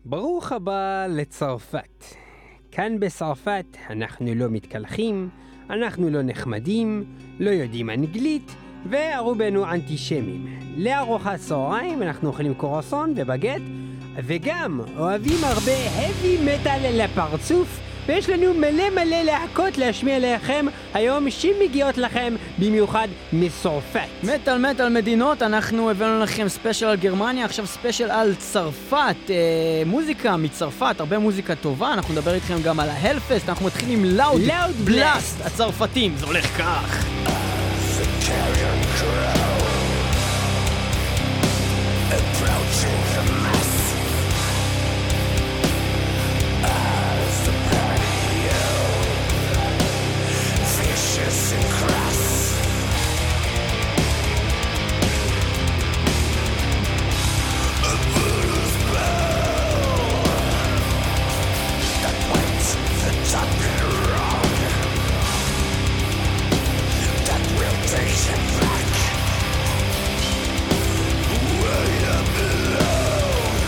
ברוך הבא לצרפת. כאן בצרפת אנחנו לא מתקלחים, אנחנו לא נחמדים, לא יודעים אנגלית, ורובנו אנטישמים. לארוחת צהריים אנחנו אוכלים קרואסון ובגט, וגם אוהבים הרבה heavy metal לפרצוף, ויש לנו מלא להקות להשמיע לכם היום שמגיעות לכם במיוחד מצרפת. מטל מדינות, אנחנו הבאנו לכם ספיישל על גרמניה, עכשיו ספיישל על צרפת, מוזיקה מצרפת, הרבה מוזיקה טובה, אנחנו נדבר איתכם גם על ההלפסט, אנחנו מתחילים לאוד בלאסט, הצרפתים, זה הולך כך. Approaching the mass as the patio, vicious and crass. A bruised blow that waits the top wrong, that will take you back. Way up below.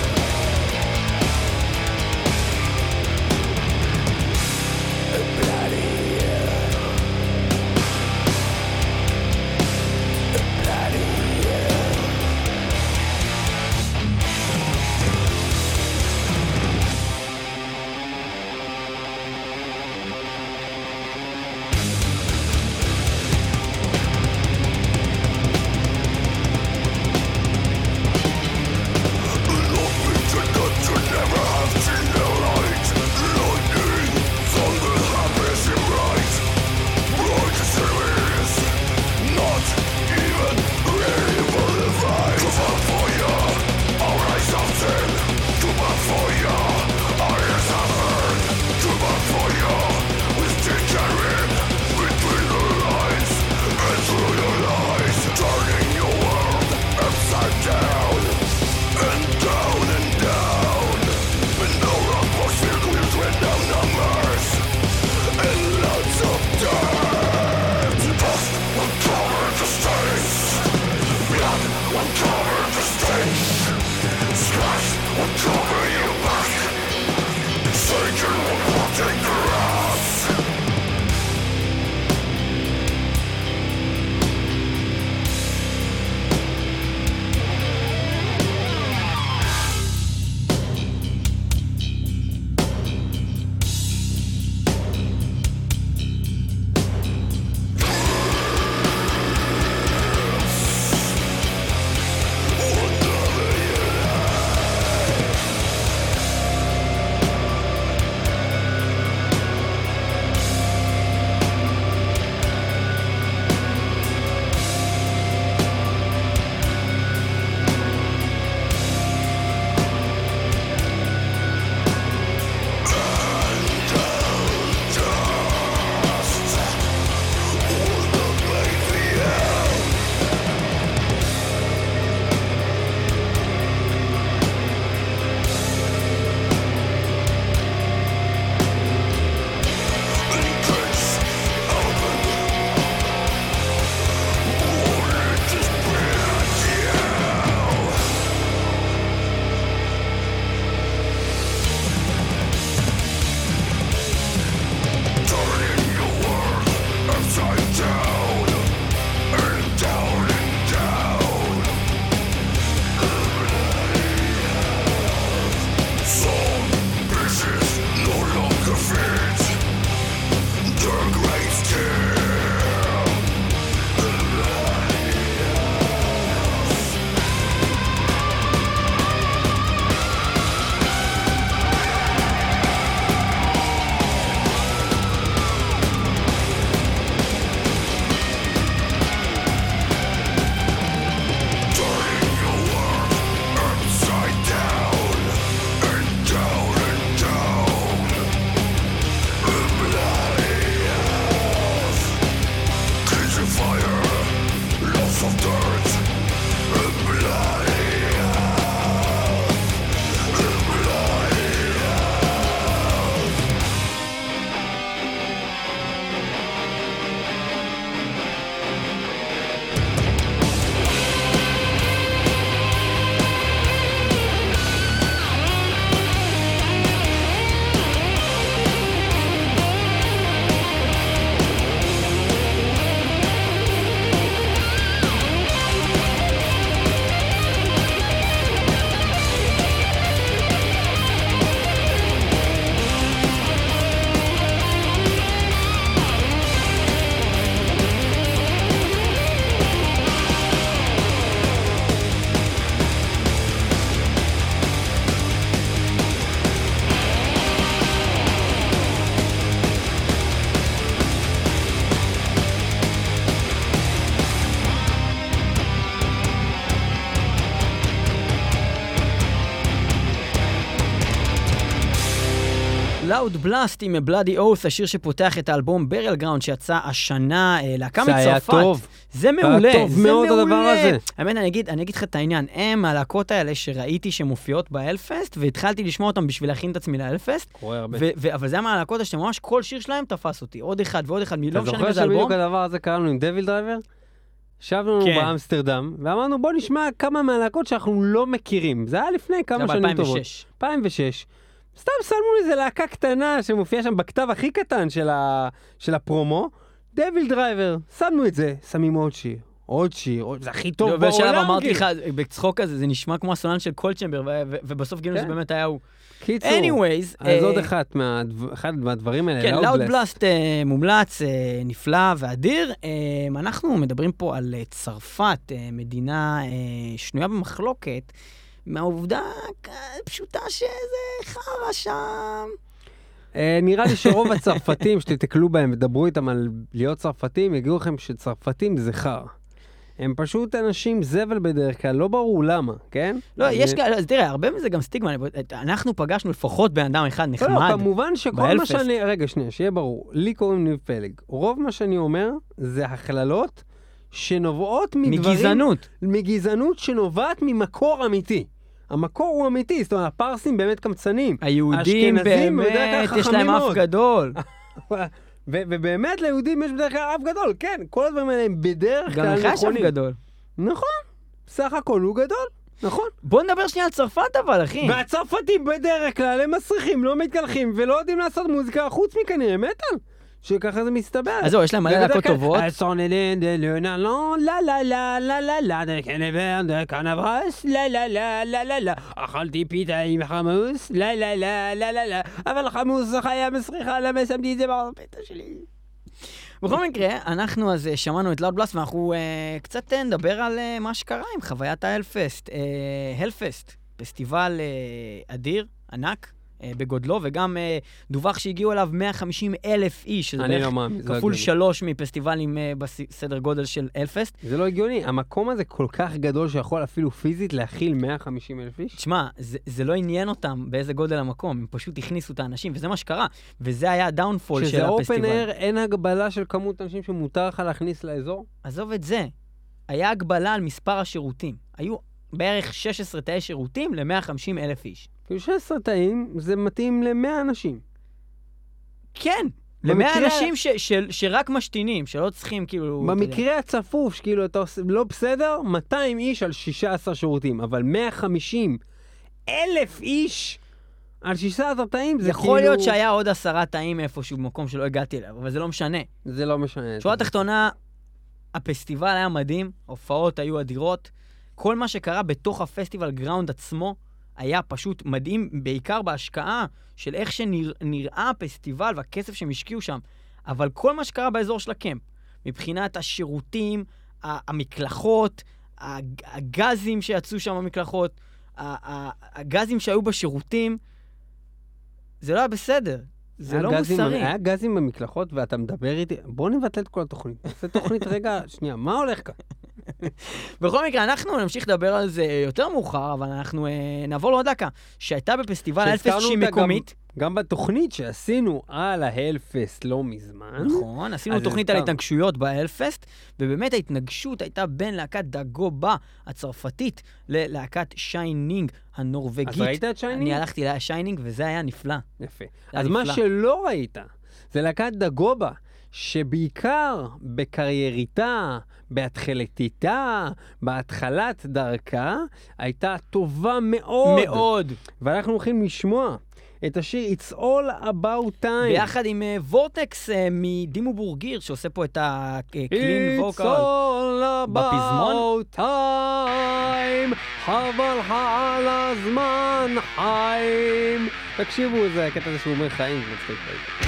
Loud Blast עם Bloody Oath, השיר שפותח את האלבום Burial Ground שיצא השנה, להקה מצרפת. זה היה טוב. זה מעולה. היה טוב מאוד הדבר הזה. האמת, אני אגיד לך את העניין, הם הלהקות האלה שראיתי שמופיעות באלפסט, והתחלתי לשמוע אותם בשביל להכין את עצמי לאלפסט. קורה הרבה. אבל זה מהלהקות האלה שממש כל שיר שלהם תפס אותי. עוד אחד ועוד אחד, לא משנה באיזה אלבום. אתה זוכר שבדיוק הדבר הזה קראנו עם דביל דרייבר? ישבנו באמסטרדם, ואמרנו בוא נשמע כמה מהלהקות שאנחנו לא מכירים. זה היה לפני כמה שנים טובות. 2006. סתם שמנו איזה להקה קטנה שמופיעה שם בכתב הכי קטן של הפרומו. דביל דרייבר, שמנו את זה, שמים עוד שיר, זה הכי טוב בעולם. בשלב אמרתי לך, בצחוק הזה, זה נשמע כמו הסולן של קולצ'מבר, ובסוף גילינו שבאמת היה הוא. קיצור, anyways, אז עוד אחד מהדברים האלה, כן, לאוד בלאסט מומלץ, נפלא ואדיר. אנחנו מדברים פה על צרפת, מדינה שנויה במחלוקת, מהעובדה פשוטה שזה חרה שם. נראה לי שרוב הצרפתים שתתקלו בהם ודברו איתם על להיות צרפתים, יגידו לכם שצרפתים זה חר. הם פשוט אנשים זבל בדרך כלל, לא ברור למה, כן? לא, יש כאלה, אז תראה, הרבה מזה גם סטיגמה, אנחנו פגשנו לפחות בן אדם אחד נחמד. לא, כמובן שכל מה שאני, רגע, שנייה, שיהיה ברור, לי קוראים ניב פלג. רוב מה שאני אומר זה הכללות שנובעות מדברים... מגזענות שנובעת ממקור אמיתי. המקור הוא אמיתי, זאת אומרת, הפרסים באמת קמצנים. היהודים באמת, יש להם אף גדול. ובאמת ליהודים יש בדרך כלל אף גדול, כן, כל הדברים האלה הם בדרך כלל נכונים. גם לך יש אף גדול. נכון, סך הכל הוא גדול, נכון. בוא נדבר שנייה על צרפת אבל, אחי. והצרפתים בדרך כלל הם מסריחים, לא מתקלחים, ולא יודעים לעשות מוזיקה חוץ מכנראה מטל. שככה זה מסתבר. אז זהו, יש להם מלא להקות טובות. אכלתי פיתה עם חמוס, אבל חמוס חיה מסריחה, למה שמתי את זה בפיתה שלי? בכל מקרה, אנחנו אז שמענו את לאוד בלאסט, ואנחנו קצת נדבר על מה שקרה עם חוויית ההלפסט. הלפסט, פסטיבל אדיר, ענק. בגודלו, וגם דווח שהגיעו אליו 150,000 איש, שזה בערך כפול 3 מפסטיבלים בסדר גודל של אלפסט. זה לא הגיוני, המקום הזה כל כך גדול שיכול אפילו פיזית להכיל 150,000 איש? תשמע, זה לא עניין אותם באיזה גודל המקום, הם פשוט הכניסו את האנשים, וזה מה שקרה, וזה היה הדאונפול של הפסטיבל. שזה אופן אייר, אין הגבלה של כמות אנשים שמותר לך להכניס לאזור? עזוב את זה, היה הגבלה על מספר השירותים, היו בערך 16 תאי שירותים ל-150,000 איש. 16 תאים, זה מתאים ל100 אנשים. כן, ל100 אנשים שרק משתינים, שלא צריכים כאילו... במקרה הצפוף, שכאילו אתה עושה, לא בסדר, 200 איש על 16 שירותים, אבל 150,000 איש על 16 תאים, זה כאילו... יכול להיות שהיה עוד 10 תאים איפשהו במקום שלא הגעתי אליו, אבל זה לא משנה. זה לא משנה. שורה תחתונה, הפסטיבל היה מדהים, הופעות היו אדירות, כל מה שקרה בתוך הפסטיבל גראונד עצמו, היה פשוט מדהים, בעיקר בהשקעה של איך שנראה הפסטיבל והכסף שהם השקיעו שם. אבל כל מה שקרה באזור של הקמפ, מבחינת השירותים, המקלחות, הגזים שיצאו שם במקלחות, הגזים שהיו בשירותים, זה לא היה בסדר. זה לא מוסרי. היה גזים במקלחות ואתה מדבר איתי, בוא נבטל את כל התוכנית. זה תוכנית רגע, שנייה, מה הולך כאן? בכל מקרה, אנחנו נמשיך לדבר על זה יותר מאוחר, אבל אנחנו נעבור לעוד דקה, שהייתה בפסטיבל ההלפסט שהיא מקומית. גם בתוכנית שעשינו על ההלפסט לא מזמן. נכון, עשינו תוכנית על התנגשויות בהלפסט, ובאמת ההתנגשות הייתה בין להקת דגובה הצרפתית ללהקת שיינינג הנורווגית. אז ראית את שיינינג? אני הלכתי לשיינינג וזה היה נפלא. יפה. אז מה שלא ראית, זה להקת דגובה, שבעיקר בקרייריתה, בהתחלתיתה, בהתחלת דרכה, הייתה טובה מאוד. מאוד. ואנחנו הולכים לשמוע את השיר It's All About Time. ביחד עם וורטקס מדימו בורגיר, שעושה פה את הקלין ווקל. It's all about time, חבל על הזמן חיים. תקשיבו, זה הקטע הזה שהוא אומר חיים, זה מצחיק חיים.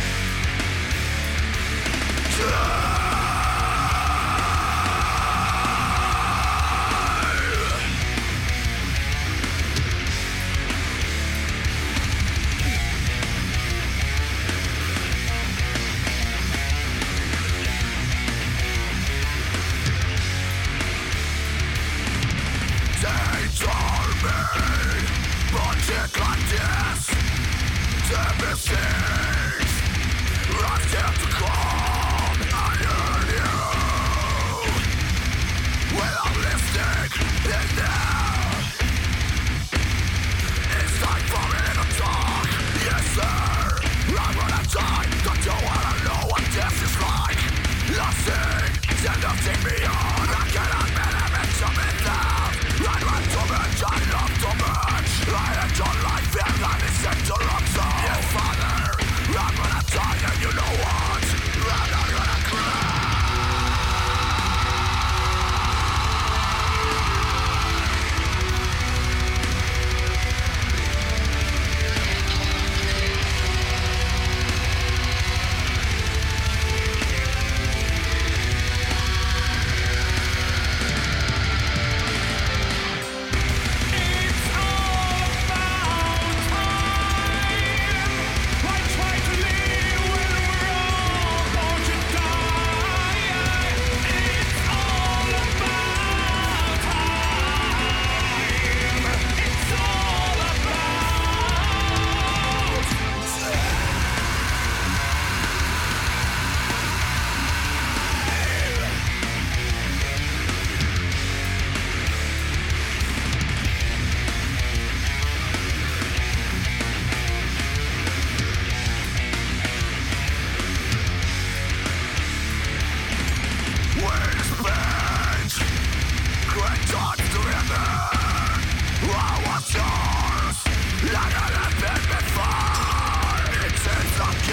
But it like this, to be seen.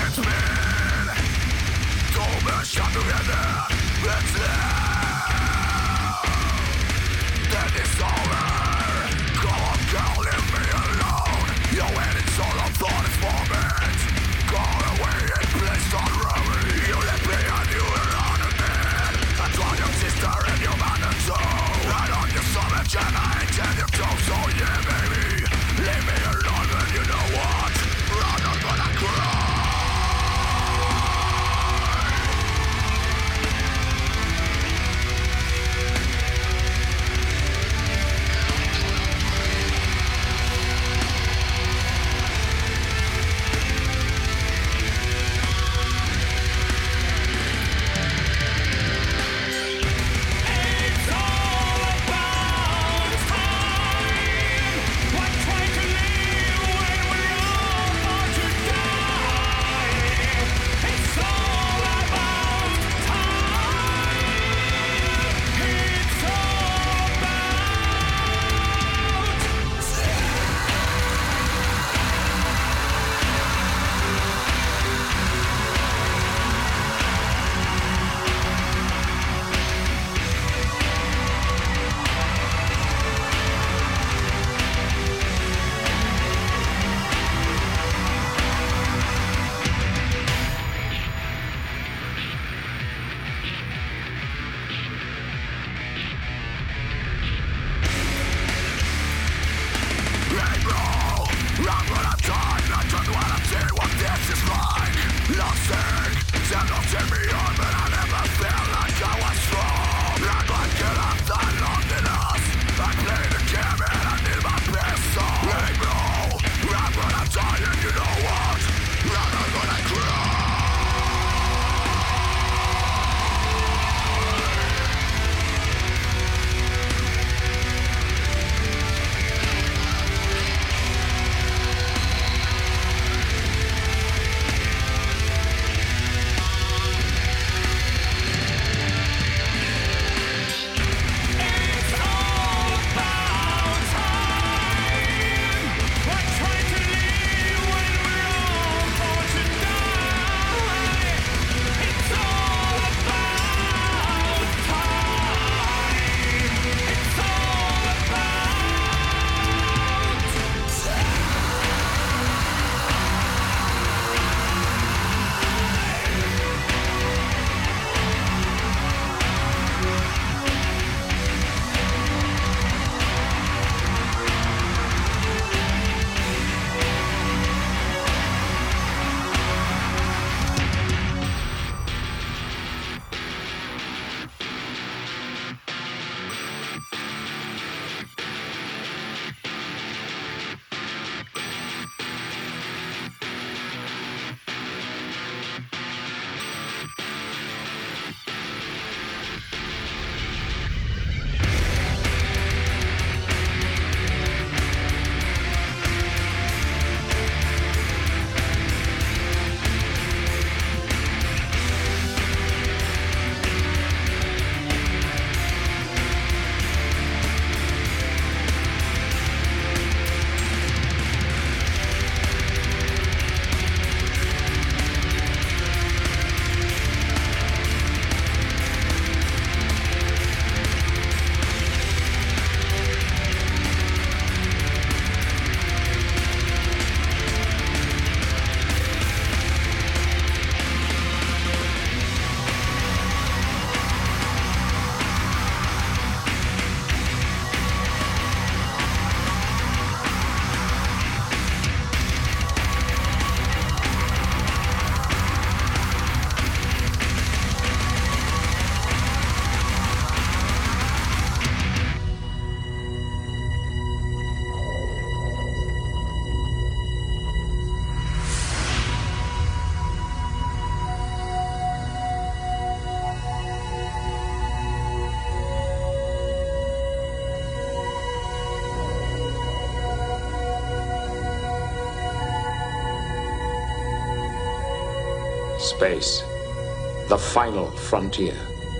Space, the final frontier.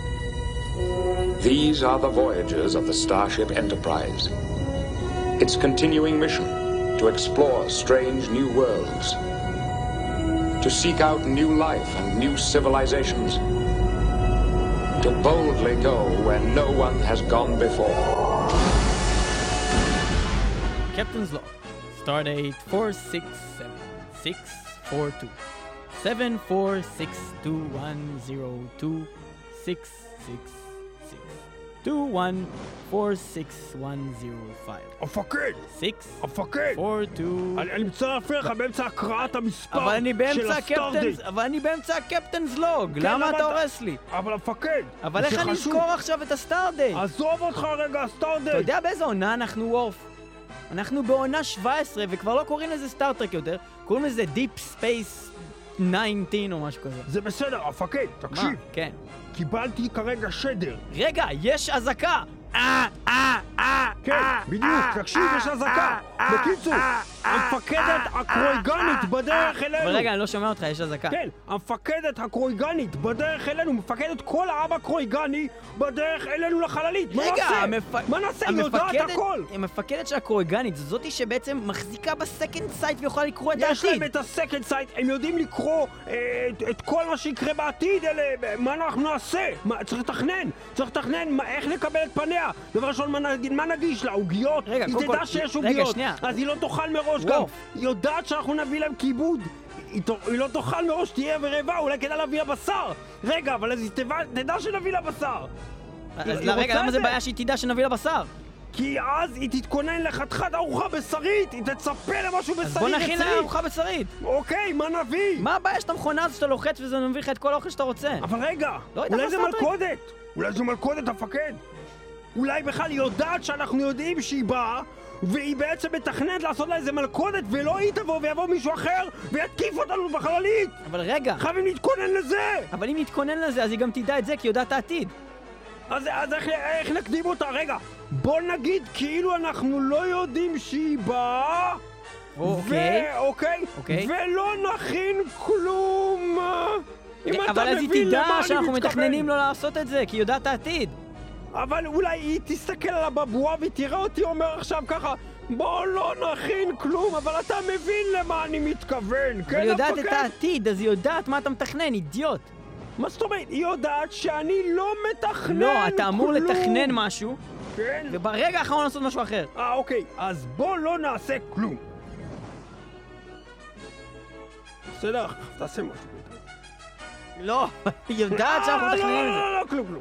These are the voyages of the Starship Enterprise. Its continuing mission to explore strange new worlds. to seek out new life and new civilizations, to boldly go where no one has gone before. Captain's log. Stardate 467642. 7462102666. 21461005. המפקד! 6 המפקד! 42. אני מצטער להפריע לך באמצע הקראת המספר אבל אני של הסטארדייט. באמצע הקפטנס לוג. למה אתה הורס לי? אבל המפקד! אבל איך אני אזכור עכשיו את הסטארדייט? עזוב אותך רגע, הסטארדייט! אתה יודע באיזה עונה אנחנו וורף? אנחנו בעונה 17 וכבר לא קוראים לזה סטארטרק יותר, קוראים לזה דיפ ספייס 19 או משהו כזה. זה בסדר, המפקד, תקשיב. מה? כן. קיבלתי כרגע שדר. רגע, יש אזעקה! כן, בדיוק, תקשיב, יש אזעקה. בקיצור, המפקדת הקרויגנית בדרך אלינו. אבל רגע, אני לא שומע אותך, יש אזעקה. כן, המפקדת הקרויגנית בדרך אלינו, מפקדת כל העם הקרויגני בדרך אלינו לחללית. מה נעשה? מה נעשה? היא יודעת הכל. המפקדת של הקרויגנית, זאתי שבעצם מחזיקה בסקנד סייט ויכולה לקרוא את העתיד. יש להם את הסקנד סייט, הם יודעים לקרוא את כל מה שיקרה בעתיד. מה אנחנו נעשה? צריך לתכנן איך לקבל את פניה. דבר ראשון, מה נגיש לה? עוגיות? היא תדע שיש עוגיות, אז היא לא תאכל מראש גם. היא יודעת שאנחנו נביא להם כיבוד. היא לא תאכל מראש, תהיה ורעבה, אולי כדאי להביא לה בשר. רגע, אבל אז היא תדע שנביא לה בשר. רגע, למה זה בעיה שהיא תדע שנביא לה בשר? כי אז היא תתכונן לחתיכת ארוחה בשרית, היא תצפה למשהו בשרי רציני. אז בוא נכין לה ארוחה בשרית. אוקיי, מה נביא? מה הבעיה שאתה מכונה הזאת שאתה לוחץ וזה מביא לך את כל האוכל שאתה רוצה? אבל רגע, אולי זה מלכודת? אולי זה מלכודת, המפקד? אולי בכלל היא יודעת שאנחנו יודעים שהיא באה, והיא בעצם מתכננת לעשות לה איזה מלכודת, ולא היא תבוא ויבוא מישהו אחר ויתקיף אותנו בחללית. אבל רגע, חייבים להתכונן לזה. אבל אם נתכונן לזה אז היא גם תדע את זה כי היא יודעת העתיד. אז איך נקדים אותה? רגע, בוא נגיד כאילו אנחנו לא יודעים שהיא באה. אוקיי. ולא נכין כלום. אבל אז היא תדע שאנחנו מתכננים לא לעשות את זה כי היא יודעת העתיד. אבל אולי היא תסתכל על הבבואה ותראה אותי אומר עכשיו ככה, בוא לא נכין כלום, אבל אתה מבין למה אני מתכוון, כן? היא יודעת את העתיד, אז היא יודעת מה אתה מתכנן, אידיוט. מה זאת אומרת? היא יודעת שאני לא מתכנן כלום. לא, אתה אמור לתכנן משהו, כן? וברגע האחרון לעשות משהו אחר. אוקיי, אז בוא לא נעשה כלום. בסדר, תעשה משהו. לא, היא יודעת שאנחנו מתכננים את זה. לא, כלום.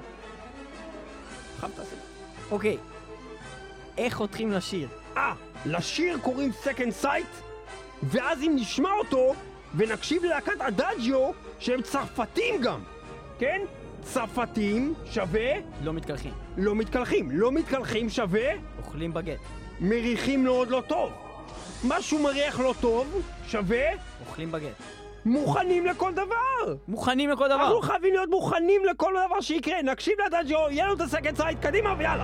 אוקיי, איך חותכים לשיר? לשיר קוראים Second Sight, ואז אם נשמע אותו ונקשיב ללהקת אדאג'יו שהם צרפתים גם, כן? צרפתים שווה? לא מתקלחים שווה? אוכלים בגט. מריחים מאוד לא טוב. משהו מריח לא טוב שווה? אוכלים בגט. מוכנים לכל דבר. אנחנו חייבים להיות מוכנים לכל דבר שיקרה. נקשיב לאדאג'יו, יהיה לנו את הסקנד סייט, קדימה ויאללה.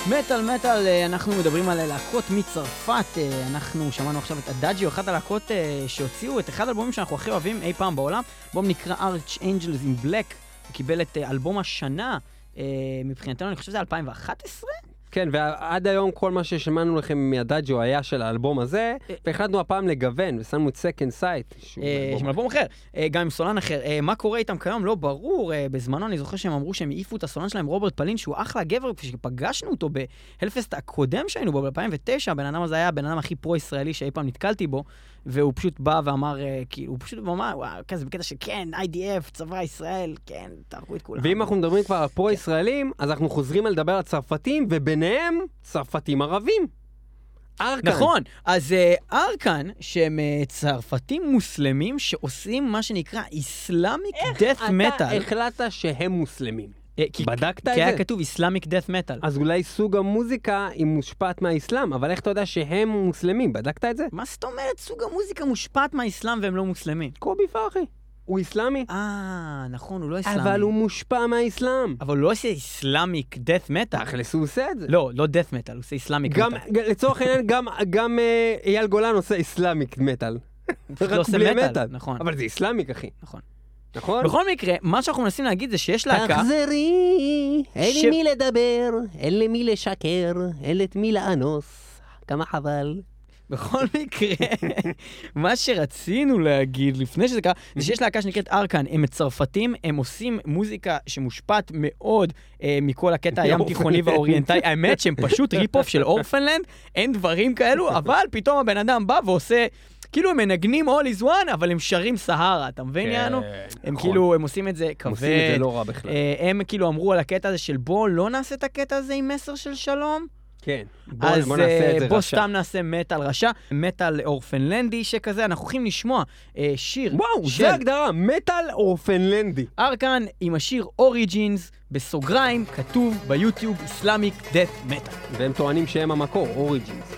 מטל, אנחנו מדברים על להקות מצרפת, אנחנו שמענו עכשיו את אדאג'יו, אחת הלהקות שהוציאו את אחד האלבומים שאנחנו הכי אוהבים אי פעם בעולם, אלבום נקרא Archangels in Black, הוא קיבל את אלבום השנה, מבחינתנו אני חושב שזה 2011? כן, ועד היום כל מה ששמענו לכם מאדאג'יו היה של האלבום הזה, והחלטנו הפעם לגוון, ושמנו את Second Sight. של אלבום אחר, גם עם סולן אחר. מה קורה איתם כיום? לא ברור. בזמנו אני זוכר שהם אמרו שהם העיפו את הסולן שלהם, רוברט פלין, שהוא אחלה גבר, כשפגשנו אותו בהלפסט הקודם שהיינו בו, ב-2009, הבן אדם הזה היה הבן אדם הכי פרו-ישראלי שאי פעם נתקלתי בו, והוא פשוט בא ואמר, הוא פשוט אמר, כזה בקטע שכן, IDF, צבא ישראל, כן, תהרגו את כולם. ואם אנחנו מדברים כבר על פרו-ישראלים, אז אנחנו חוזרים על לדבר על צרפתים, וביניהם צרפתים ערבים. ארקן. נכון, אז ארקן, שהם צרפתים מוסלמים שעושים מה שנקרא איסלאמיק דאט מטל. איך אתה החלטת שהם מוסלמים? בדקת את זה? כי היה כתוב איסלאמיק דאט מטל. אז אולי סוג המוזיקה היא מושפעת מהאסלאם, אבל איך אתה יודע שהם מוסלמים? בדקת את זה? מה זאת אומרת? סוג המוזיקה מושפעת מהאסלאם והם לא מוסלמים. קובי פרחי. הוא איסלאמי. נכון, הוא לא איסלאמי. אבל הוא מושפע מהאסלאם. אבל הוא לא עושה איסלאמיק דאט מטל. תכלס הוא עושה את זה. לא דאט מטל, הוא עושה איסלאמיק מטל. לצורך העניין, גם אייל גולן עושה איסלאמיק מטל. הוא לא עושה מטל, נכון. אבל זה איסלאמיק, אחי. נכון. נכון? בכל מקרה, מה שאנחנו מנסים להגיד זה שיש להקה... תחזרי, אין לי מי לדבר, אין לי מי לשקר, אין לי מי לאנוס. כמה חבל. בכל מקרה, מה שרצינו להגיד לפני שזה קרה, זה שיש להקה שנקראת ארקן, הם צרפתים, הם עושים מוזיקה שמושפעת מאוד מכל הקטע הים תיכוני והאוריינטאי, האמת שהם פשוט ריפ-אוף של אורפנלנד, אין דברים כאלו, אבל פתאום הבן אדם בא ועושה... כאילו הם מנגנים all is one, אבל הם שרים סהרה, אתה מבין יענו? הם כאילו, הם עושים את זה כבד. עושים את זה לא רע בכלל. הם כאילו אמרו על הקטע הזה של בוא לא נעשה את הקטע הזה עם מסר של שלום. כן. אז בוא סתם נעשה מטל רשע, מטל אורפנלנדי שכזה, אנחנו הולכים לשמוע שיר. וואו, זה הגדרה, מטל אורפנלנדי. ארקן עם השיר אוריג'ינס, בסוגריים, כתוב ביוטיוב איסלאמיק דאט מטל. והם טוענים שהם המקור, אוריג'ינס.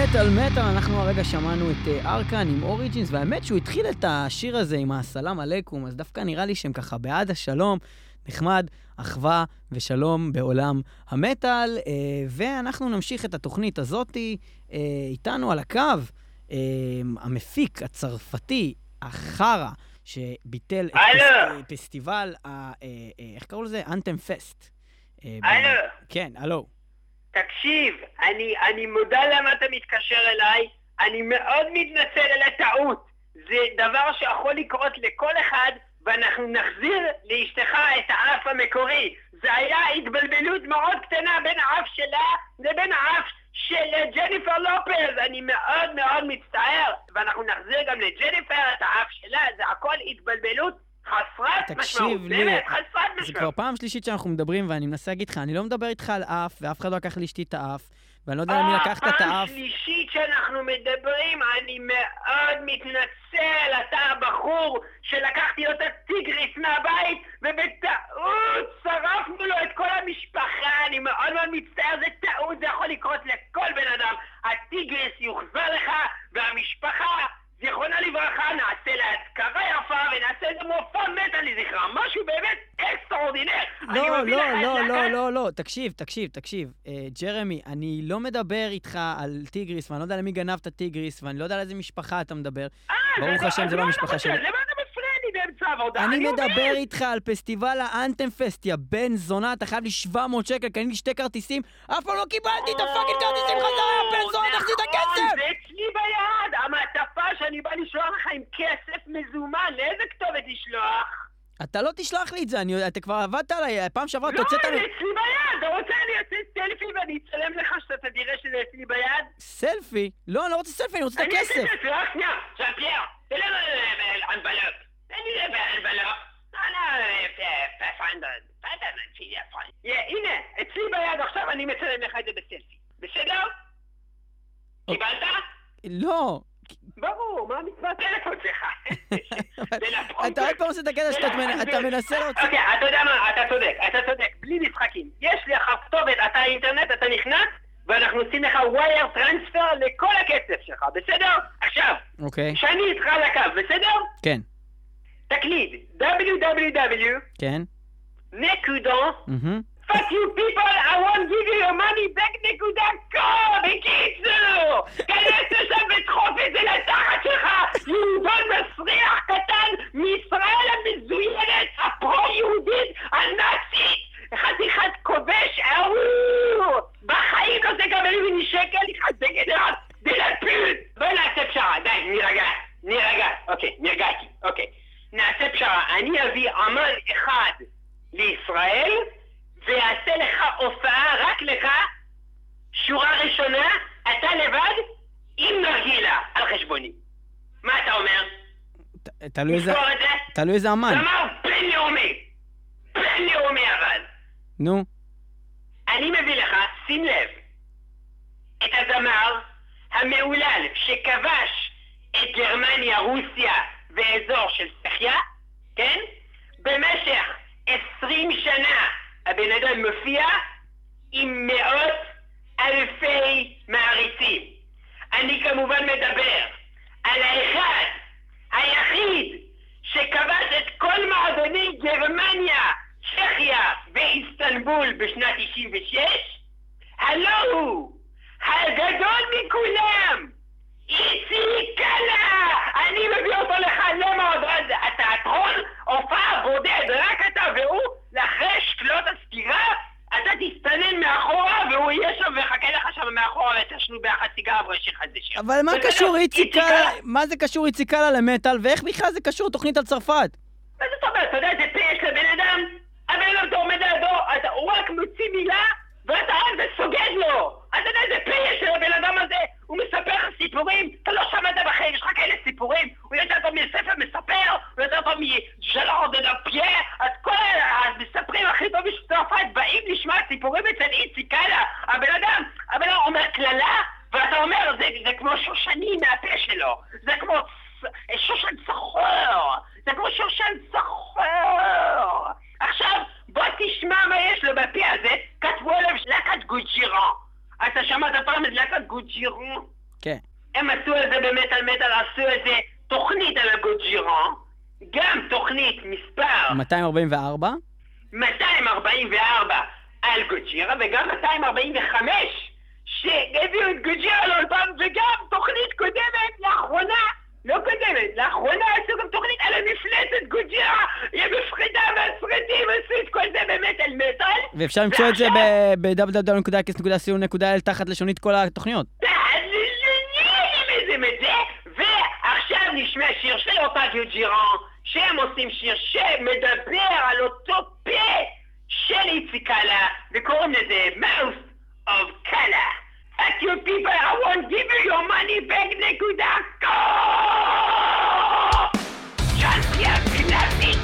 מטל מטל, אנחנו הרגע שמענו את ארקן עם אוריג'ינס, והאמת שהוא התחיל את השיר הזה עם הסלام עליכום, אז דווקא נראה לי שהם ככה בעד השלום, נחמד, אחווה ושלום בעולם המטל, ואנחנו נמשיך את התוכנית הזאת איתנו על הקו, המפיק הצרפתי, החרה, שביטל את פסטיבל, איך קראו לזה? אנתם פסט. הלו. כן, הלו. תקשיב, אני מודע למה אתה מתקשר אליי, אני מאוד מתנצל על הטעות. זה דבר שיכול לקרות לכל אחד, ואנחנו נחזיר לאשתך את האף המקורי. זה היה התבלבלות מאוד קטנה בין האף שלה לבין האף של ג'ניפר לופז. אני מאוד מאוד מצטער, ואנחנו נחזיר גם לג'ניפר את האף שלה. זה הכל התבלבלות חסרת משמעות. באמת, חסרת משמעות. זה כבר פעם שלישית שאנחנו מדברים, ואני מנסה להגיד לך, אני לא מדבר איתך על אף, ואף אחד לא לקח לאשתי את האף, ואני לא יודע למי לקחת את פעם האף. שלישית שאנחנו מדברים, אני מאוד מתנצל, אתה הבחור שלקחתי לו את הטיגריס מהבית, ובטעות שרפנו לו את כל המשפחה, אני מאוד מאוד מצטער, זה טעות, זה יכול לקרות לכל בן אדם. הטיגריס יוחזר לך, והמשפחה, זיכרונה לברכה, נעשה לה אזכרה יפה, ונעשה איזה מופע מטל לזכרה, משהו באמת אקסטראורדינר. לא, תקשיב, ג'רמי, אני לא מדבר איתך על טיגריס, ואני לא יודע למי גנב את הטיגריס, ואני לא יודע על איזה משפחה אתה מדבר. ברוך השם, זה לא המשפחה שלי. למה אתה מפריע לי באמצע העבודה? אני מדבר איתך על פסטיבל האנתם פסט, יא בן זונה, אתה חייב לי 700 שקל, קניתי 2 כרטיסים, אף פעם לא קיבלתי את הפאקינג כרטיסים חזרה, יא בן זונה, תחזיר את הכסף! זה אצלי ביד, המעטפה שאני בא לשלוח לך עם כסף מזומן, לאיזה כתובת לשלוח? אתה לא תשלח לי את זה, אתה כבר עבדת עליי, פעם שעברה, לא, זה אצלי ביד, אתה רוצה אני אעשה סלפי ואני אצלם לך שאתה תראה שזה אצלי ביד? סלפי? לא, אני לא רוצה סלפי, אני רוצה את הכסף. אני אעשה סלפי, רק שנייה, ז'אן פייר, תן לי אנבלופ, תן לי אנבלופ, הנה, אצלי ביד עכשיו אני מצלם לך את זה בסלפי, בסדר? קיבלת? לא. ברור, מה מצווה הטלפון שלך? אתה עוד פעם עושה את הקטע שאתה מנסה להוציא. אוקיי, אתה יודע מה, אתה צודק, בלי משחקים. יש לך כתובת, אתה אינטרנט, אתה נכנס, ואנחנו עושים לך ווייר טרנספר לכל הכסף שלך, בסדר? עכשיו, שאני איתך על הקו, בסדר? כן. תקליד, www. כן. נקודון. Fuck you people, I won't give you your money back .com, בקיצור! כנס לשם ודחוף את זה לתחת שלך, יהודון מסריח קטן מישראל המזוינת, הפרו-יהודית, הנאצית, חתיכת כובש ארור! בחיים לא תקבל ממני שקל, יחזק את זה דלפות! בוא נעשה פשרה, די, נירגע, אוקיי, נרגעתי, אוקיי. נעשה פשרה, אני אביא אמן אחד לישראל, ויעשה לך הופעה רק לך, שורה ראשונה, אתה לבד, עם נרגילה, על חשבוני. מה אתה אומר? תלוי איזה אמן. זמר בינלאומי אבל. נו. אני מביא לך, שים לב, את הזמר המעולל שכבש את גרמניה, רוסיה ואזור של צ'כיה, כן? במשך 20 שנה הבן אדם מופיע עם מאות אלפי מעריצים. אני כמובן מדבר על האחד, היחיד, שכבש את כל מועדוני גרמניה, צ'כיה ואיסטנבול בשנת 96, הלא הוא, הגדול מכולם, איציק קאלה! אני מביא אותו לך למועדון התיאטרון, הופעה בודד, רק אתה והוא, לאחרי שקלות הסגירה, אתה תסתנן מאחורה והוא יהיה שם וחכה לך שם מאחורה ותשנו ביחד סיגרה ויש אחד זה שיר. אבל מה קשור איציק קאלה? מה זה קשור איציק קאלה למטל ואיך בכלל זה קשור תוכנית על צרפת? מה זאת אומרת? אתה יודע איזה פה יש לבן אדם? הבן אדם אתה עומד לידו, הוא רק מוציא מילה ואתה עד וסוגד לו. אתה יודע איזה פה יש לבן אדם הזה? הוא מספר לך סיפורים, אתה לא שמעת בחיים, יש לך כאלה סיפורים, הוא יותר טוב מספר מספר, הוא יותר טוב מז'לור דנפייר, אז כל המספרים הכי טובים של צרפת באים לשמוע סיפורים אצל איציק קאלה. הבן אדם אומר כללה, ואתה אומר, זה כמו שושני מהפה שלו, זה כמו שושן סחור, זה כמו שושן סחור. עכשיו, בוא תשמע מה יש לו בפה הזה, כתבו עליו להקת גוג'ירון. אתה שמעת פעם את להקת גוג'ירון? כן. הם עשו על זה במטל מטל, עשו איזה תוכנית על הגוג'ירן, גם תוכנית מספר 244. 244 על גוג'ירה, וגם 245 שהביאו את גוג'ירה לאולפן, וגם תוכנית קודמת לאחרונה, לא קודמת, לאחרונה עשו גם תוכנית על המפלצת גוג'ירה, היא מפחידה מהסרטים, עשו את כל זה במטל מטל. ואפשר למצוא את זה ב-www.x.co.il תחת לשונית כל התוכניות. תחת לשונית, ועכשיו נשמע שיר של אותה גוג'ירה, שהם עושים שיר שמדבר על אותו פה של איציק קאלה, וקוראים לזה Mouth of Kala. Fuck you people, I won't give you your money back, נקודה. צ'אנסיה פינאטית.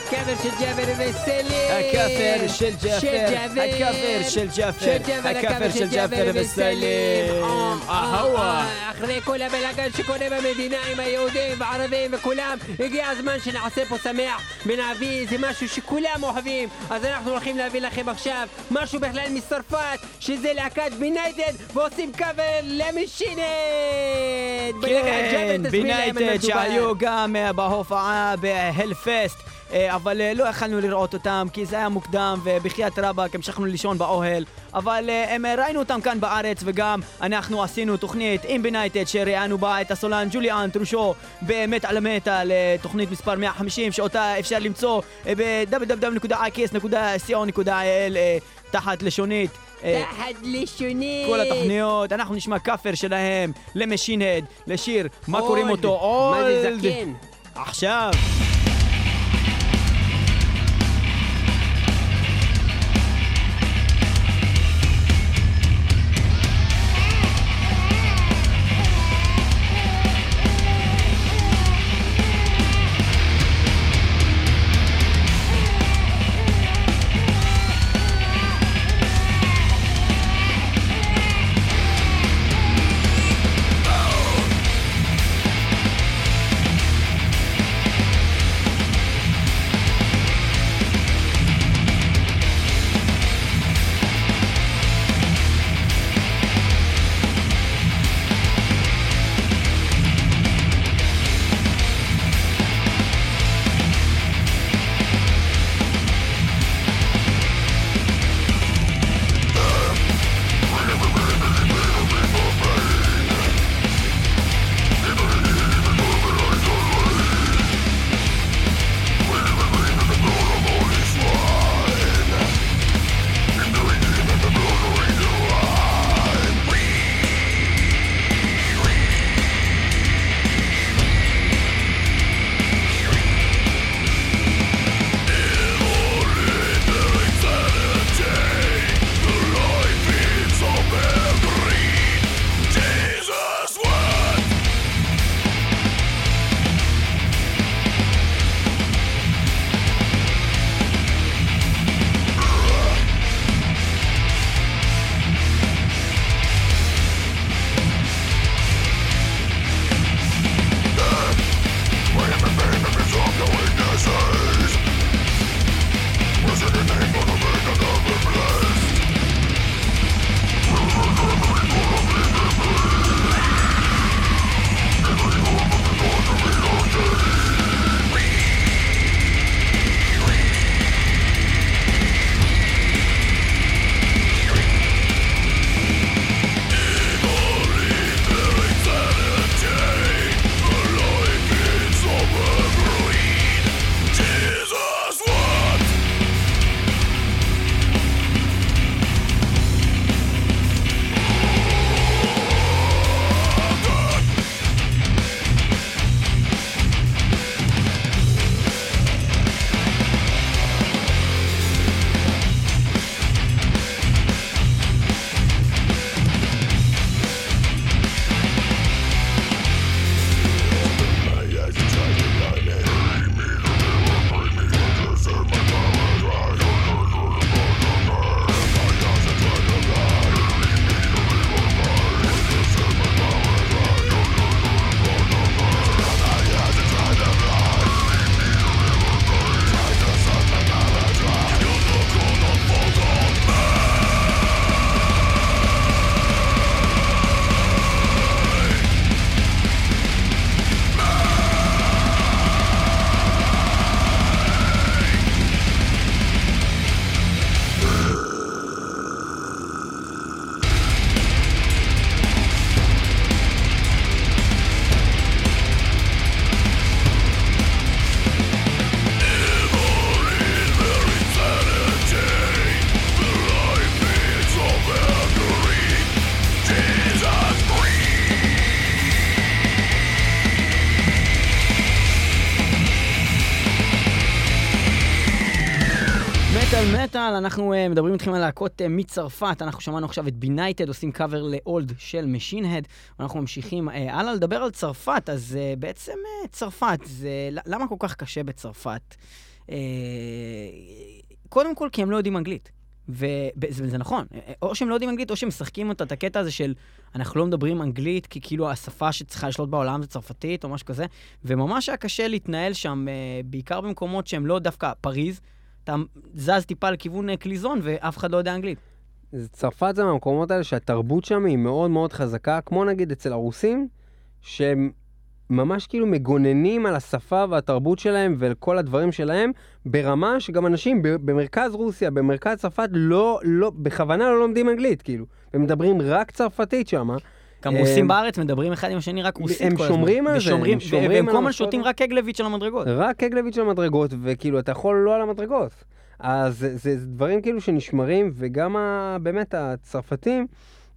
הקבר של ג'אבר וסלים. הכפר של ג'אפר. הכפר של ג'אפר. הכפר של ג'אפר וסלים. אחרי כל הבלגן שקורה במדינה עם היהודים והערבים וכולם, הגיע הזמן שנעשה פה שמח ונביא איזה משהו שכולם אוהבים. אז אנחנו הולכים להביא לכם עכשיו משהו בכלל מצרפת, שזה להקת בינייטד, ועושים קאבר למשינד. כן, בינייטד שהיו גם בהופעה בהלפסט, אבל לא יכלנו לראות אותם כי זה היה מוקדם ובחיית רבק המשכנו לישון באוהל, אבל ראינו אותם כאן בארץ, וגם אנחנו עשינו תוכנית עם בינייטד שראינו בה את הסולן ג'וליאן טרושו באמת על המטל, תוכנית מספר 150 שאותה אפשר למצוא ב-www.ikis.co.il תחת לשונית כל התוכניות. אנחנו נשמע כפר שלהם למשין-הד, לשיר מה קוראים אותו? אולד. עכשיו מטל, אנחנו מדברים איתכם על להקות מצרפת. אנחנו שמענו עכשיו את בינייטד עושים קאבר לאולד של משין-הד, ואנחנו ממשיכים הלאה לדבר על צרפת. אז בעצם צרפת, למה כל כך קשה בצרפת? קודם כל כי הם לא יודעים אנגלית. וזה נכון, או שהם לא יודעים אנגלית, או שהם משחקים את הקטע הזה של אנחנו לא מדברים אנגלית, כי כאילו השפה שצריכה לשלוט בעולם זה צרפתית או משהו כזה, וממש היה קשה להתנהל שם, בעיקר במקומות שהם לא דווקא פריז, אתה זז טיפה לכיוון קליזון ואף אחד לא יודע אנגלית. צרפת זה מהמקומות האלה שהתרבות שם היא מאוד מאוד חזקה, כמו נגיד אצל הרוסים, שהם ממש כאילו מגוננים על השפה והתרבות שלהם וכל הדברים שלהם, ברמה שגם אנשים במרכז רוסיה, במרכז צרפת, בכוונה לא לומדים אנגלית, כאילו. הם מדברים רק צרפתית שם. גם רוסים בארץ מדברים אחד עם השני רק רוסית כל הזמן. הם שומרים על זה. והם כל הזמן שותים רק קגלביץ' על המדרגות. רק קגלביץ' על המדרגות, וכאילו אתה יכול לא על המדרגות. אז זה דברים כאילו שנשמרים, וגם באמת הצרפתים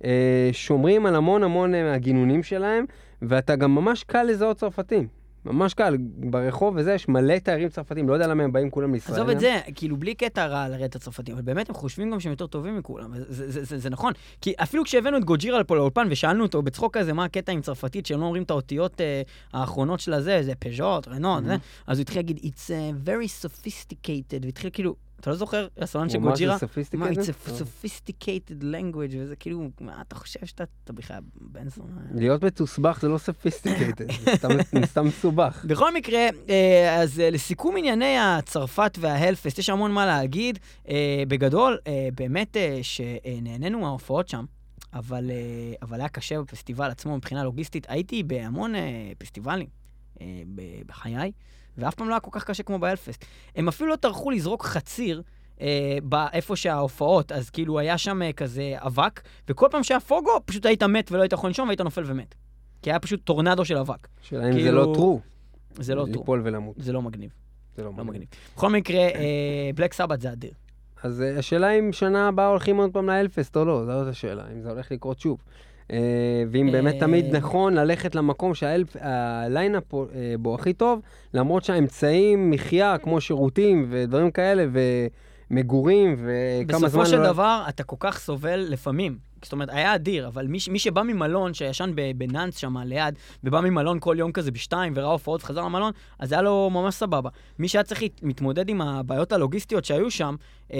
שומרים על המון המון מהגינונים שלהם, ואתה גם ממש קל לזהות צרפתים. ממש קל. ברחוב וזה יש מלא תיירים צרפתים. לא יודע למה הם באים כולם לישראל. עזוב את זה, כאילו בלי קטע רע לראות את הצרפתים, אבל באמת הם חושבים גם שהם יותר טובים מכולם. זה נכון. כי אפילו כשהבאנו את גוג'ירה לפה לאולפן ושאלנו אותו בצחוק כזה, מה הקטע עם צרפתית, שהם לא אומרים את האותיות האחרונות של הזה, זה פז'וט, רנות, אז הוא התחיל להגיד, it's very sophisticated, והתחיל כאילו, אתה לא זוכר, הסולן של גוג'ירה? מה זה sophisticated? sophisticated language, וזה כאילו, מה אתה חושב שאתה בכלל בן זונה? להיות מתוסבך זה לא sophisticated, זה סתם מסובך. בכל מקרה, אז לסיכום ענייני הצרפת וההלפסט, יש המון מה להגיד. בגדול, באמת שנהנינו מההופעות שם, אבל היה קשה בפסטיבל עצמו מבחינה לוגיסטית. הייתי בהמון פסטיבלים בחיי, ואף פעם לא היה כל כך קשה כמו בהלפסט. הם אפילו לא טרחו לזרוק חציר באיפה שההופעות, אז כאילו היה שם כזה אבק, וכל פעם שהיה פוגו, פשוט היית מת ולא היית יכול לנשום, והיית נופל ומת. כי היה פשוט טורנדו של אבק. שאלה אם זה לא טרו. זה לא טרו. ליפול ולמות. זה לא מגניב. זה לא מגניב. בכל מקרה, בלק סבת זה אדיר. אז השאלה אם שנה הבאה הולכים עוד פעם להלפסט או לא, זאת השאלה, אם זה הולך לקרות שוב. ואם באמת תמיד נכון ללכת למקום שהליינאפ בו הכי טוב, למרות שהאמצעים, מחיה, כמו שירותים ודברים כאלה, ומגורים, וכמה זמן... בסופו של דבר, אתה כל כך סובל לפעמים. זאת אומרת, היה אדיר, אבל מי שבא ממלון, שישן בנאנס שם ליד, ובא ממלון כל יום כזה בשתיים, וראה הופעות וחזר למלון, אז היה לו ממש סבבה. מי שהיה צריך להתמודד עם הבעיות הלוגיסטיות שהיו שם,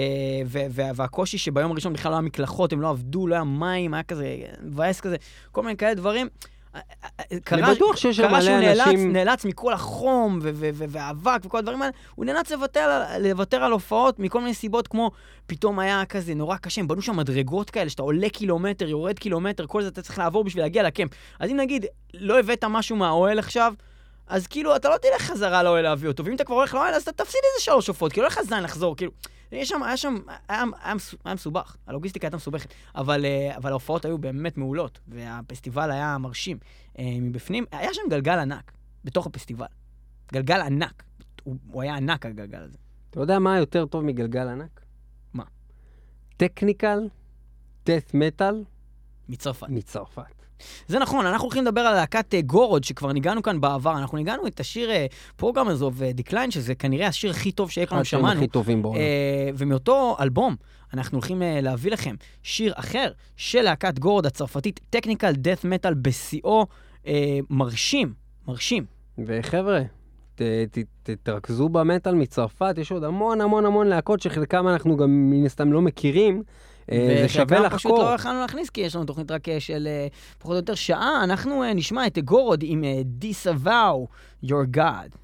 והקושי שביום הראשון בכלל לא היה מקלחות, הם לא עבדו, לא היה מים, היה כזה מבאס כזה, כל מיני כאלה דברים. קרה שהוא נאלץ מכל החום והאבק וכל הדברים האלה, הוא נאלץ לוותר על הופעות מכל מיני סיבות, כמו פתאום היה כזה נורא קשה, הם בנו שם מדרגות כאלה, שאתה עולה קילומטר, יורד קילומטר, כל זה אתה צריך לעבור בשביל להגיע לקמפ. אז אם נגיד, לא הבאת משהו מהאוהל עכשיו, אז כאילו אתה לא תלך חזרה לאוהל להביא אותו, ואם אתה כבר הולך לאוהל, אז אתה תפסיד איזה 3 הופעות, כי לא לך זין לחזור, כאילו. היה מסובך, הלוגיסטיקה הייתה מסובכת, אבל ההופעות היו באמת מעולות, והפסטיבל היה מרשים. מבפנים, היה שם גלגל ענק, בתוך הפסטיבל. גלגל ענק. הוא היה ענק, הגלגל הזה. אתה יודע מה יותר טוב מגלגל ענק? מה? טכניקל, דאט מטל. מצרפת. זה נכון, אנחנו הולכים לדבר על להקת גורוד, שכבר ניגענו כאן בעבר. אנחנו ניגענו את השיר Programmers of Decline, שזה כנראה השיר הכי טוב שאנחנו שמענו. הכי טובים בעולם. ומאותו אלבום, אנחנו הולכים להביא לכם שיר אחר של להקת גורוד הצרפתית, Technical Death Metal בשיאו, מרשים. וחבר'ה, תתרכזו במטל מצרפת, יש עוד המון להקות שחלקם אנחנו גם מן הסתם לא מכירים, זה שווה לחקור. פשוט לא יכולנו להכניס, כי יש לנו תוכנית רק של פחות או יותר שעה. אנחנו נשמע את גורוד עם Disavow Your God.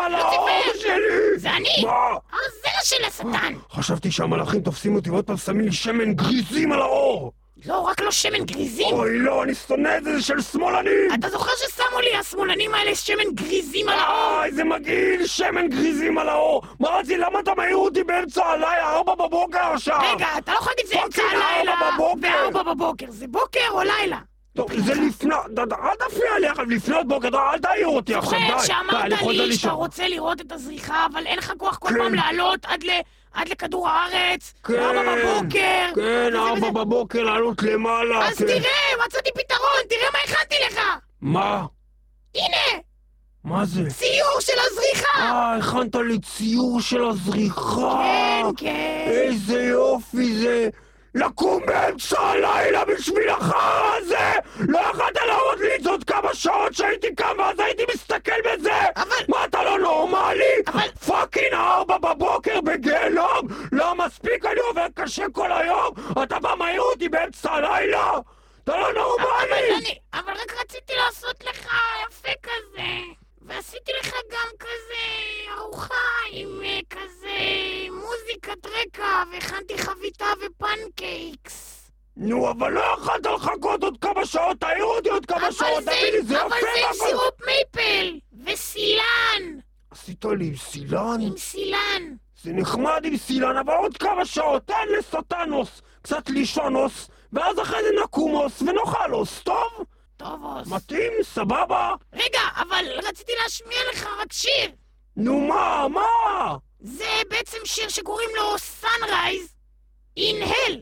על האור שלי! זה אני! מה? העוזר של השטן! חשבתי שהמלאכים תופסים אותי ועוד פעם שמים לי שמן גריזים על האור! לא, רק לא שמן גריזים! אוי לא, אני שונא את זה, זה של שמאלנים! אתה זוכר ששמו לי השמאלנים האלה שמן גריזים על האור? איזה מגעיל, שמן גריזים על האור! מה רציתי, למה אתה מעיר אותי באמצע הלילה, 4 בבוקר עכשיו? רגע, אתה לא יכול להגיד זה אמצע פאקינג הלילה 4 בבוקר. ו4 בבוקר, זה בוקר או לילה? טוב, זה אל תפריע לי עכשיו, לפנות בוקר, אל תעיר אותי עכשיו, די! זוכר שאמרת אני חוזר לי שאתה לישון. רוצה לראות את הזריחה, אבל אין לך כוח כל כן. פעם לעלות עד לכדור הארץ, כן, 4 בבוקר. כן, וזה 4 בבוקר לעלות למעלה. אז כן. תראה, מצאתי פתרון, תראה מה הכנתי לך. מה? הנה, מה זה? ציור של הזריחה. הכנת לי ציור של הזריחה. כן, כן. איזה יופי זה. לקום באמצע הלילה בשביל החרא הזה! לא יכולת להראות לי את זאת כמה שעות שהייתי קם ואז הייתי מסתכל בזה! מה, אתה לא נורמלי? פאקינג 4 בבוקר בגיהנום! לא מספיק, אני עובר קשה כל היום! אתה בא מעיר אותי באמצע הלילה? אתה לא נורמלי! אבל רק רציתי לעשות לך יפה כזה. ועשיתי לך גם כזה ארוחה עם כזה מוזיקת רקע, והכנתי חביתה ופנקייקס. נו, אבל לא יכולת לחכות עוד כמה שעות, תעיר אותי עוד כמה שעות, תביא לי, זה יפה. אבל זה עם סירופ מייפל וסילן. עשית לי עם סילן? עם סילן. זה נחמד עם סילן, אבל עוד כמה שעות, תן לסטנוס, קצת לישונוס, ואז אחרי זה נקומוס ונאכלוס, טוב? טוב, אוס. מתאים? סבבה? רגע, אבל רציתי להשמיע לך רק שיר. נו מה? זה בעצם שיר שקוראים לו Sunrise in Hell.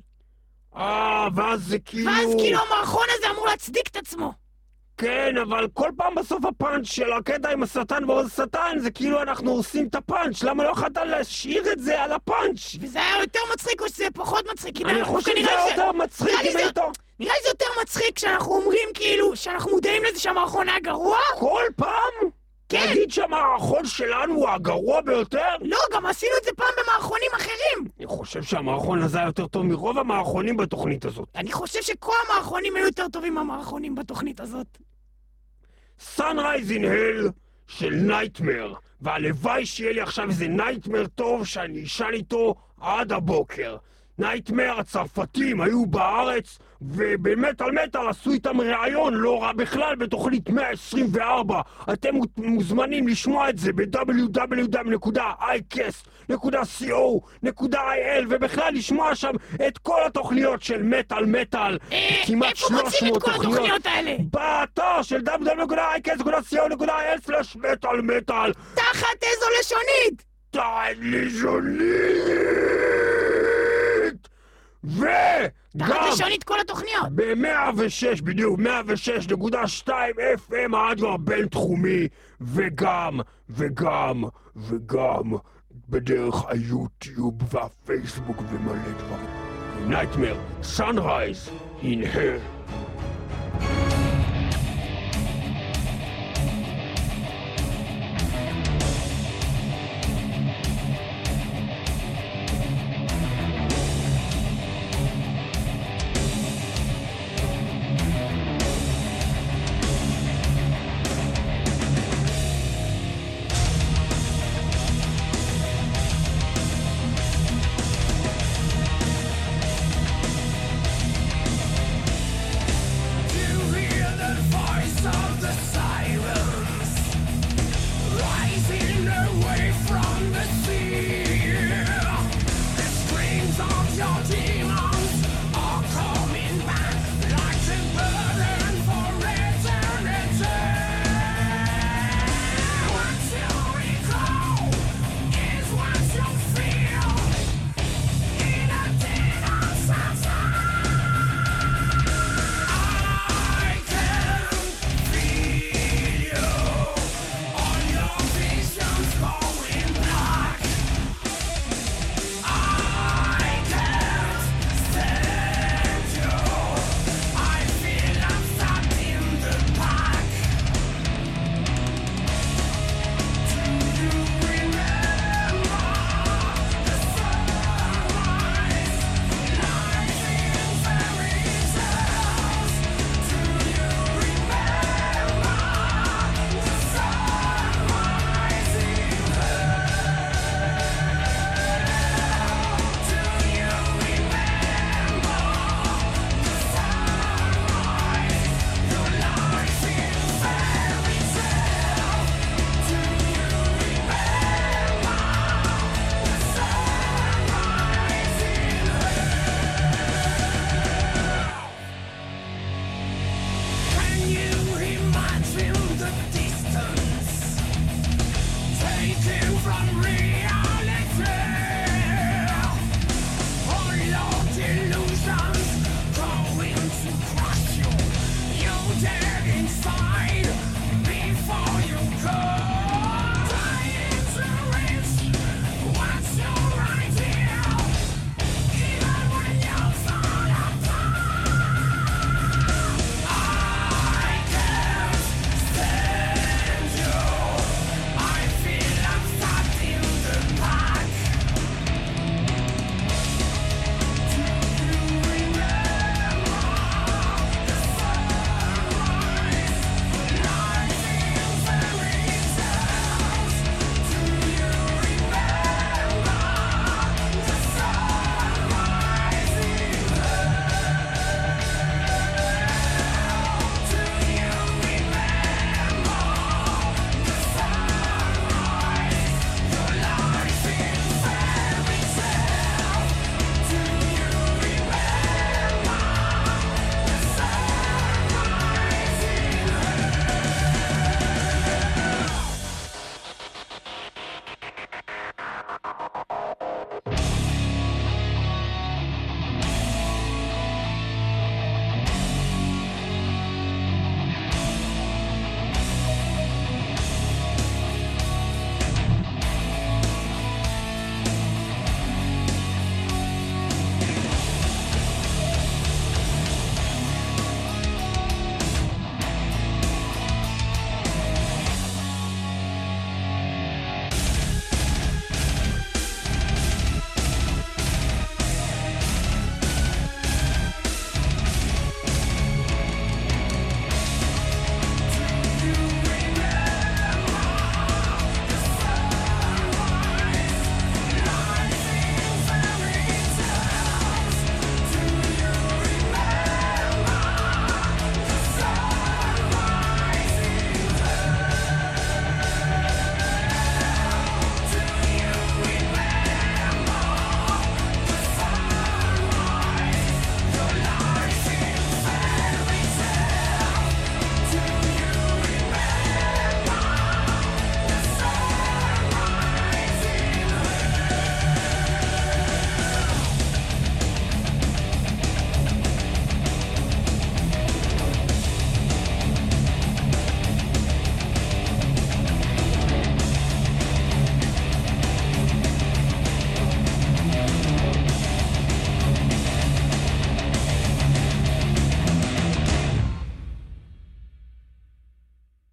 ואז זה כאילו... ואז כאילו המערכון הזה אמור להצדיק את עצמו. כן, אבל כל פעם בסוף הפאנץ' של הקטע עם השטן ועוז השטן, זה כאילו אנחנו עושים את הפאנץ'. למה לא יכולת להשאיר את זה על הפאנץ'? וזה היה יותר מצחיק או שזה פחות מצחיק? אני חושב שזה יותר מצחיק אם היית... נראה לי זה יותר מצחיק כשאנחנו אומרים כאילו שאנחנו מודעים לזה שהמערכון היה גרוע? כל פעם? כן. תגיד שהמערכון שלנו הוא הגרוע ביותר? לא, גם עשינו את זה פעם במערכונים אחרים. אני חושב שהמערכון הזה היה יותר טוב מרוב המערכונים בתוכנית הזאת. אני חושב שכל המערכונים היו יותר טובים מהמערכונים בתוכנית הזאת. Sunrise in Hell של נייטמר, והלוואי שיהיה לי עכשיו איזה נייטמר טוב שאני אשן איתו עד הבוקר. נייטמר הצרפתים היו בארץ ובאמת על מטר עשו איתם ראיון לא רע בכלל בתוכנית 124. אתם מוזמנים לשמוע את זה ב-www.icast.co.il ובכלל לשמוע שם את כל התוכניות של מטל כמעט איפה מוצאים את כל התוכניות האלה? באתר של www.icast.co.il/מטל תחת איזו לשונית? תחת לשונית תחת לשונית כל התוכניות. ב-106, בדיוק, 106.2 FM הרדיו הבינתחומי, וגם בדרך היוטיוב והפייסבוק ומלא דברים. Nightmare, Sunrise in Hell.